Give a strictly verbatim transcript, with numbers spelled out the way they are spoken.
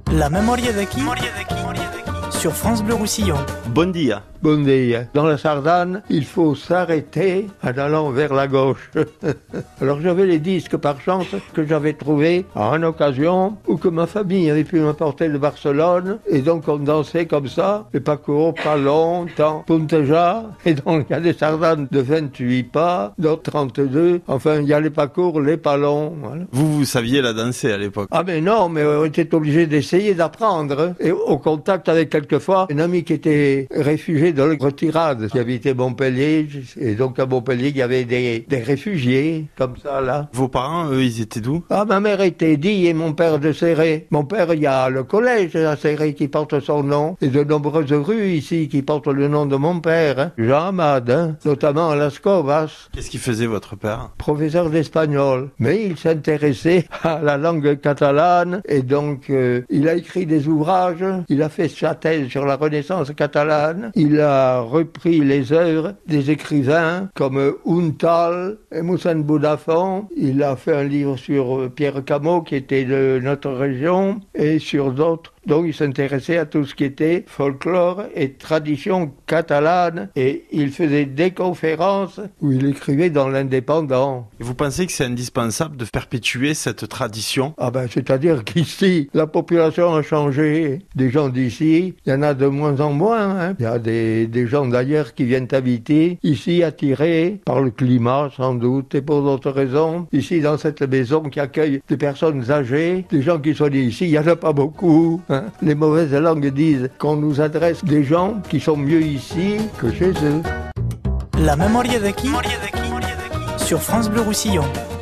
La memoria d'aquí sur France Bleu Roussillon. Bon dia. Bon dia. Dans la Sardane, il faut s'arrêter en allant vers la gauche. Alors j'avais les disques par chance que j'avais trouvés à une occasion où que ma famille avait pu m'apporter de Barcelone et donc on dansait comme ça, les parcours pas longtemps, Punteja, et donc il y a des sardanes de vingt-huit pas, d'autres trente-deux, enfin il y a les parcours, les pas longs. Voilà. Vous, vous saviez la danser à l'époque? Ah mais non, mais on était obligé d'essayer d'apprendre. Et au contact avec quelquefois un ami qui était réfugié de la retirade, qui habitait Montpellier, et donc à Montpellier il y avait des, des réfugiés, comme ça là. Vos parents, eux, ils étaient d'où? Ah, ma mère était d'Y et mon père de Céré. Mon père, il y a le collège à Céré qui porte son nom, et de nombreuses rues ici qui portent le nom de mon père, hein. Jean Amad, hein, notamment à Las Covas. Qu'est-ce qu'il faisait votre père? Professeur d'espagnol, mais il s'intéressait à la langue catalane, et donc euh, il a écrit des ouvrages, il a fait sa thèse sur la Renaissance catalane, il a repris les œuvres des écrivains comme Untal et Moussane Boudafon, il a fait un livre sur Pierre Camot qui était de notre région et sur d'autres. Donc il s'intéressait à tout ce qui était folklore et tradition catalane et il faisait des conférences où il écrivait dans l'Indépendant. Et vous pensez que c'est indispensable de perpétuer cette tradition? Ah ben c'est-à-dire qu'ici, la population a changé. Des gens d'ici, il y en a de moins en moins. Hein. Il y a des, des gens d'ailleurs qui viennent habiter ici attirés par le climat sans doute et pour d'autres raisons. Ici dans cette maison qui accueille des personnes âgées, des gens qui sont nés ici, il n'y en a pas beaucoup. Hein. Les mauvaises langues disent qu'on nous adresse des gens qui sont mieux ici que chez eux. La memoria d'aquí sur France Bleu Roussillon.